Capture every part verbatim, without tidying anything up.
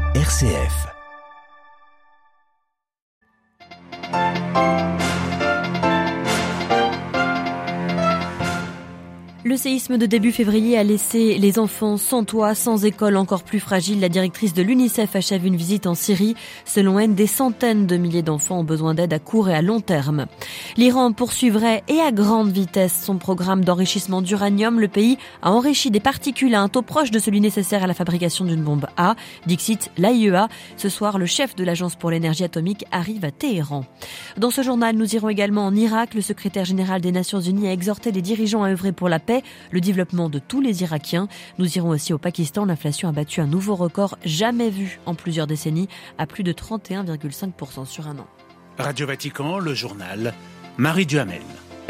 R C F. Le séisme de début février a laissé les enfants sans toit, sans école, encore plus fragiles. La directrice de l'UNICEF achève une visite en Syrie. Selon elle, des centaines de milliers d'enfants ont besoin d'aide à court et à long terme. L'Iran poursuivrait et à grande vitesse son programme d'enrichissement d'uranium. Le pays a enrichi des particules à un taux proche de celui nécessaire à la fabrication d'une bombe A. Dixit l'A I E A. Ce soir, le chef de l'Agence pour l'énergie atomique arrive à Téhéran. Dans ce journal, nous irons également en Irak. Le secrétaire général des Nations Unies a exhorté les dirigeants à œuvrer pour la paix, le développement de tous les Irakiens. Nous irons aussi au Pakistan. L'inflation a battu un nouveau record jamais vu en plusieurs décennies, à plus de trente et un virgule cinq pour cent sur un an. Radio Vatican, le journal, Marie Duhamel.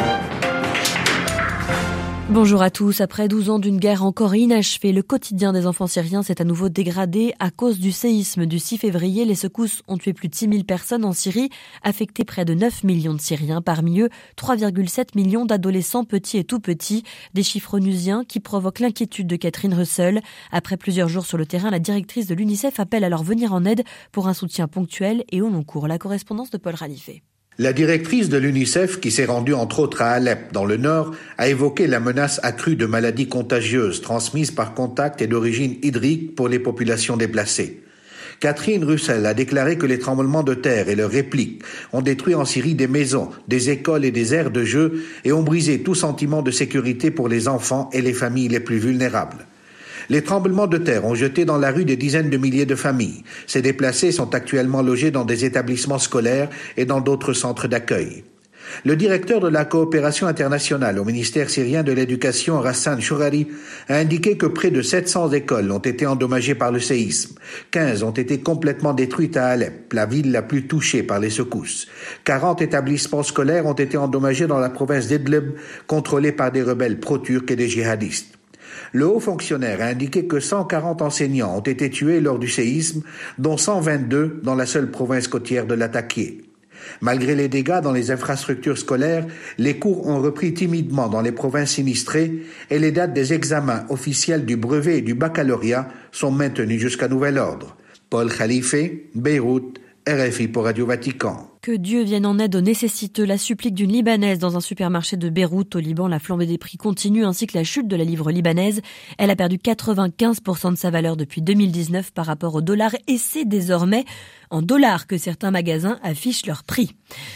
Bonjour à tous. Après douze ans d'une guerre encore inachevée, le quotidien des enfants syriens s'est à nouveau dégradé à cause du séisme du six février. Les secousses ont tué plus de six mille personnes en Syrie, affecté près de neuf millions de Syriens. Parmi eux, trois virgule sept millions d'adolescents petits et tout petits. Des chiffres onusiens qui provoquent l'inquiétude de Catherine Russell. Après plusieurs jours sur le terrain, la directrice de l'UNICEF appelle à leur venir en aide pour un soutien ponctuel et au long cours. La correspondance de Paul Ralifé. La directrice de l'UNICEF, qui s'est rendue entre autres à Alep, dans le nord, a évoqué la menace accrue de maladies contagieuses transmises par contact et d'origine hydrique pour les populations déplacées. Catherine Russell a déclaré que les tremblements de terre et leurs répliques ont détruit en Syrie des maisons, des écoles et des aires de jeu et ont brisé tout sentiment de sécurité pour les enfants et les familles les plus vulnérables. Les tremblements de terre ont jeté dans la rue des dizaines de milliers de familles. Ces déplacés sont actuellement logés dans des établissements scolaires et dans d'autres centres d'accueil. Le directeur de la coopération internationale au ministère syrien de l'éducation, Rassan Shourari, a indiqué que près de sept cents écoles ont été endommagées par le séisme. quinze ont été complètement détruites à Alep, la ville la plus touchée par les secousses. quarante établissements scolaires ont été endommagés dans la province d'Idlib, contrôlée par des rebelles pro-turcs et des djihadistes. Le haut fonctionnaire a indiqué que cent quarante enseignants ont été tués lors du séisme, dont cent vingt-deux dans la seule province côtière de Latakia. Malgré les dégâts dans les infrastructures scolaires, les cours ont repris timidement dans les provinces sinistrées et les dates des examens officiels du brevet et du baccalauréat sont maintenues jusqu'à nouvel ordre. Paul Khalifé, Beyrouth, R F I pour Radio Vatican. Que Dieu vienne en aide aux nécessiteux, la supplique d'une Libanaise dans un supermarché de Beyrouth au Liban. La flambée des prix continue ainsi que la chute de la livre libanaise. Elle a perdu quatre-vingt-quinze pour cent de sa valeur depuis deux mille dix-neuf par rapport au dollar et c'est désormais en dollars que certains magasins affichent leur prix.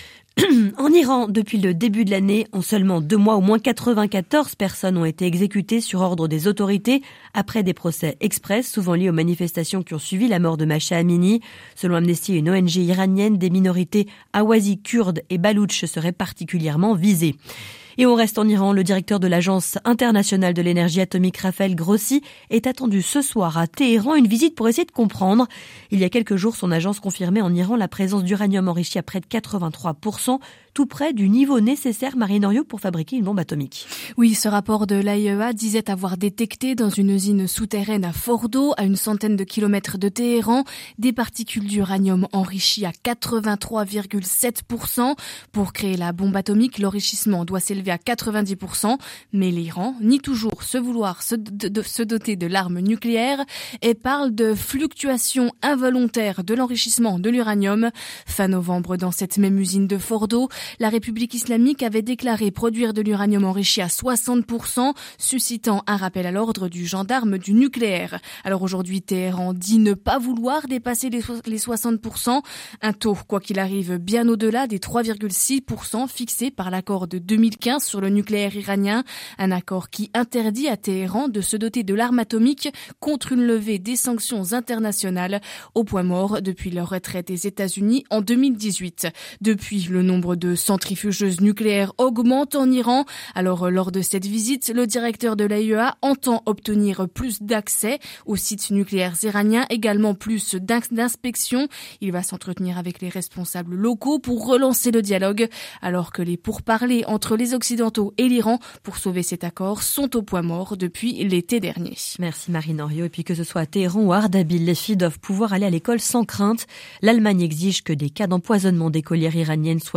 En Iran, depuis le début de l'année, en seulement deux mois, au moins quatre-vingt-quatorze personnes ont été exécutées sur ordre des autorités après des procès express, souvent liés aux manifestations qui ont suivi la mort de Mahsa Amini. Selon Amnesty, une O N G iranienne, des minorités ahwazis, kurdes et baloutches seraient particulièrement visées. Et on reste en Iran. Le directeur de l'Agence internationale de l'énergie atomique, Raphaël Grossi, est attendu ce soir à Téhéran. Une visite pour essayer de comprendre. Il y a quelques jours, son agence confirmait en Iran la présence d'uranium enrichi à près de quatre-vingt-trois pour cent, tout près du niveau nécessaire, Marie Norio, pour fabriquer une bombe atomique. Oui, ce rapport de l'A I E A disait avoir détecté dans une usine souterraine à Fordo, à une centaine de kilomètres de Téhéran, des particules d'uranium enrichies à quatre-vingt-trois virgule sept pour cent. Pour créer la bombe atomique, l'enrichissement doit s'élever à quatre-vingt-dix pour cent, mais l'Iran nie toujours se vouloir se, de, de, se doter de l'arme nucléaire et parle de fluctuation involontaire de l'enrichissement de l'uranium. Fin novembre, dans cette même usine de Fordo, la République islamique avait déclaré produire de l'uranium enrichi à soixante pour cent, suscitant un rappel à l'ordre du gendarme du nucléaire. Alors aujourd'hui, Téhéran dit ne pas vouloir dépasser les, so- les soixante pour cent, un taux, quoi qu'il arrive, bien au-delà des trois virgule six pour cent fixés par l'accord de deux mille quinze sur le nucléaire iranien, un accord qui interdit à Téhéran de se doter de l'arme atomique contre une levée des sanctions internationales au point mort depuis leur retrait des États-Unis en deux mille dix-huit. Depuis, le nombre de centrifugeuses nucléaires augmente en Iran. Alors, lors de cette visite, le directeur de l'A I E A entend obtenir plus d'accès aux sites nucléaires iraniens, également plus d'inspections. Il va s'entretenir avec les responsables locaux pour relancer le dialogue, alors que les pourparlers entre les Occidentaux et l'Iran pour sauver cet accord sont au point mort depuis l'été dernier. Merci Marie Norio. Et puis que ce soit à Téhéran ou à Ardabil, les filles doivent pouvoir aller à l'école sans crainte. L'Allemagne exige que des cas d'empoisonnement d'écolières iraniennes soient élucidés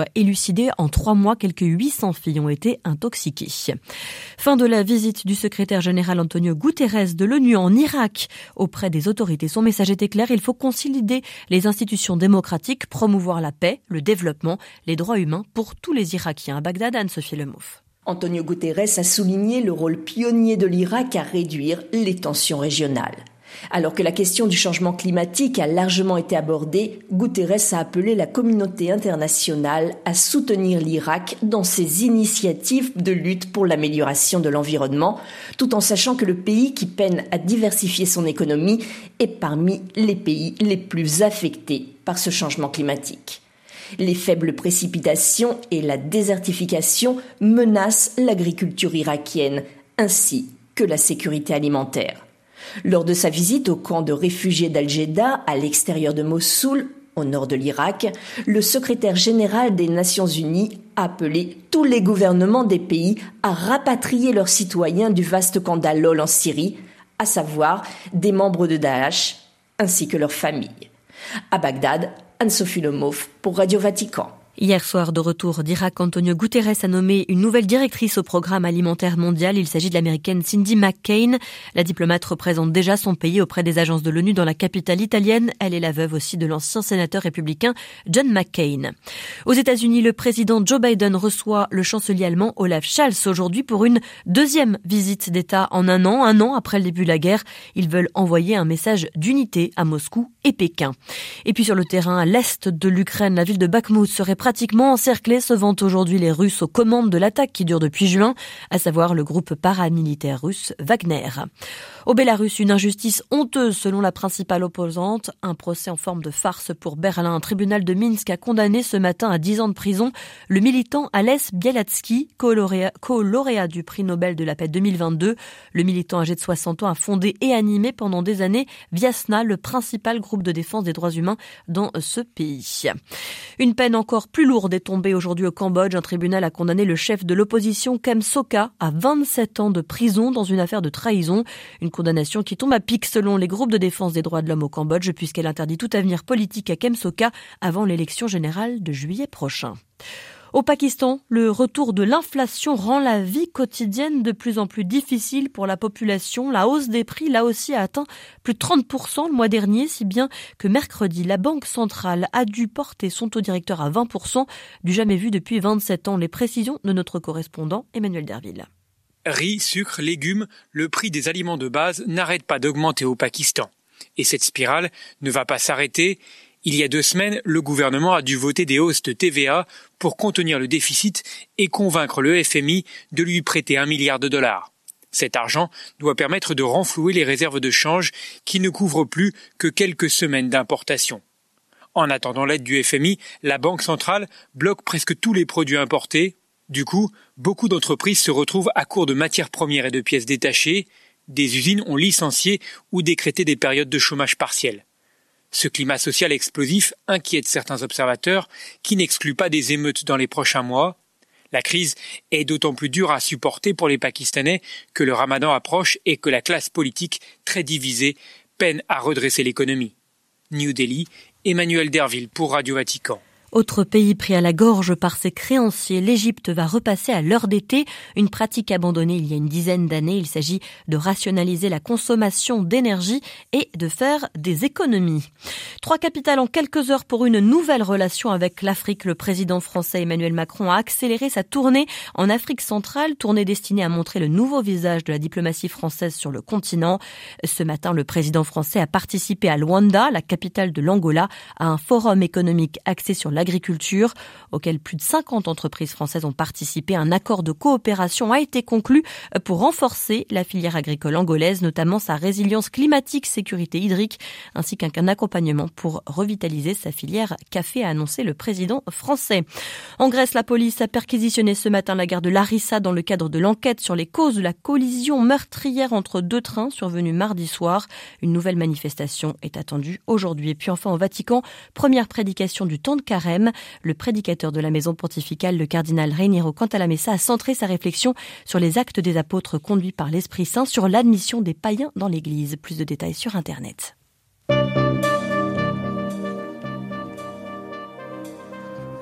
décidé. En trois mois, quelques huit cents filles ont été intoxiquées. Fin de la visite du secrétaire général Antonio Guterres de l'ONU en Irak. Auprès des autorités, son message était clair, il faut consolider les institutions démocratiques, promouvoir la paix, le développement, les droits humains pour tous les Irakiens. À Bagdad, Anne-Sophie Lemouf. Antonio Guterres a souligné le rôle pionnier de l'Irak à réduire les tensions régionales. Alors que la question du changement climatique a largement été abordée, Guterres a appelé la communauté internationale à soutenir l'Irak dans ses initiatives de lutte pour l'amélioration de l'environnement, tout en sachant que le pays qui peine à diversifier son économie est parmi les pays les plus affectés par ce changement climatique. Les faibles précipitations et la désertification menacent l'agriculture irakienne, ainsi que la sécurité alimentaire. Lors de sa visite au camp de réfugiés d'Al-Jeddah, à l'extérieur de Mossoul, au nord de l'Irak, le secrétaire général des Nations Unies a appelé tous les gouvernements des pays à rapatrier leurs citoyens du vaste camp d'Al-Hol en Syrie, à savoir des membres de Daesh ainsi que leurs familles. À Bagdad, Anne-Sophie Lemouf pour Radio Vatican. Hier soir, de retour d'Irak, Antonio Guterres a nommé une nouvelle directrice au programme alimentaire mondial. Il s'agit de l'américaine Cindy McCain. La diplomate représente déjà son pays auprès des agences de l'ONU dans la capitale italienne. Elle est la veuve aussi de l'ancien sénateur républicain John McCain. Aux États-Unis, le président Joe Biden reçoit le chancelier allemand Olaf Scholz aujourd'hui pour une deuxième visite d'État en un an, un an après le début de la guerre. Ils veulent envoyer un message d'unité à Moscou et Pékin. Et puis sur le terrain, à l'est de l'Ukraine, la ville de Bakhmout serait pratiquement encerclée, se vantent aujourd'hui les Russes aux commandes de l'attaque qui dure depuis juin, à savoir le groupe paramilitaire russe Wagner. Au Bélarus, une injustice honteuse selon la principale opposante, un procès en forme de farce pour Berlin. Un tribunal de Minsk a condamné ce matin à dix ans de prison le militant Ales Bialiatski, co-lauréat, co-lauréat du prix Nobel de la paix deux mille vingt-deux. Le militant âgé de soixante ans a fondé et animé pendant des années Viasna, le principal groupe de défense des droits humains dans ce pays. Une peine encore plus lourde est tombée aujourd'hui au Cambodge. Un tribunal a condamné le chef de l'opposition Kem Sokha à vingt-sept ans de prison dans une affaire de trahison. Une condamnation qui tombe à pic selon les groupes de défense des droits de l'homme au Cambodge puisqu'elle interdit tout avenir politique à Kem Sokha avant l'élection générale de juillet prochain. Au Pakistan, le retour de l'inflation rend la vie quotidienne de plus en plus difficile pour la population. La hausse des prix, là aussi, a atteint plus de trente pour cent le mois dernier, si bien que mercredi, la Banque centrale a dû porter son taux directeur à vingt pour cent, du jamais vu depuis vingt-sept ans. Les précisions de notre correspondant Emmanuel Derville. Riz, sucre, légumes, le prix des aliments de base n'arrête pas d'augmenter au Pakistan. Et cette spirale ne va pas s'arrêter. Il y a deux semaines, le gouvernement a dû voter des hausses de T V A pour contenir le déficit et convaincre le F M I de lui prêter un milliard de dollars. Cet argent doit permettre de renflouer les réserves de change qui ne couvrent plus que quelques semaines d'importation. En attendant l'aide du F M I, la Banque centrale bloque presque tous les produits importés. Du coup, beaucoup d'entreprises se retrouvent à court de matières premières et de pièces détachées. Des usines ont licencié ou décrété des périodes de chômage partiel. Ce climat social explosif inquiète certains observateurs qui n'excluent pas des émeutes dans les prochains mois. La crise est d'autant plus dure à supporter pour les Pakistanais que le Ramadan approche et que la classe politique, très divisée, peine à redresser l'économie. New Delhi, Emmanuel Derville pour Radio Vatican. Autre pays pris à la gorge par ses créanciers, l'Égypte va repasser à l'heure d'été, une pratique abandonnée il y a une dizaine d'années. Il s'agit de rationaliser la consommation d'énergie et de faire des économies. Trois capitales en quelques heures pour une nouvelle relation avec l'Afrique. Le président français Emmanuel Macron a accéléré sa tournée en Afrique centrale, tournée destinée à montrer le nouveau visage de la diplomatie française sur le continent. Ce matin, le président français a participé à Luanda, la capitale de l'Angola, à un forum économique axé sur l'agriculture, auquel plus de cinquante entreprises françaises ont participé. Un accord de coopération a été conclu pour renforcer la filière agricole angolaise, notamment sa résilience climatique, sécurité hydrique, ainsi qu'un accompagnement pour revitaliser sa filière café, a annoncé le président français. En Grèce, la police a perquisitionné ce matin la gare de Larissa dans le cadre de l'enquête sur les causes de la collision meurtrière entre deux trains survenue mardi soir. Une nouvelle manifestation est attendue aujourd'hui. Et puis enfin au Vatican, première prédication du temps de carême. Le prédicateur de la maison pontificale, le cardinal Raniero Cantalamessa, a centré sa réflexion sur les actes des apôtres conduits par l'Esprit Saint, sur l'admission des païens dans l'Église. Plus de détails sur Internet.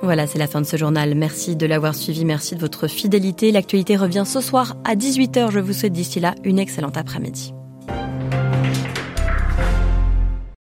Voilà, c'est la fin de ce journal. Merci de l'avoir suivi, merci de votre fidélité. L'actualité revient ce soir à dix-huit heures. Je vous souhaite d'ici là une excellente après-midi.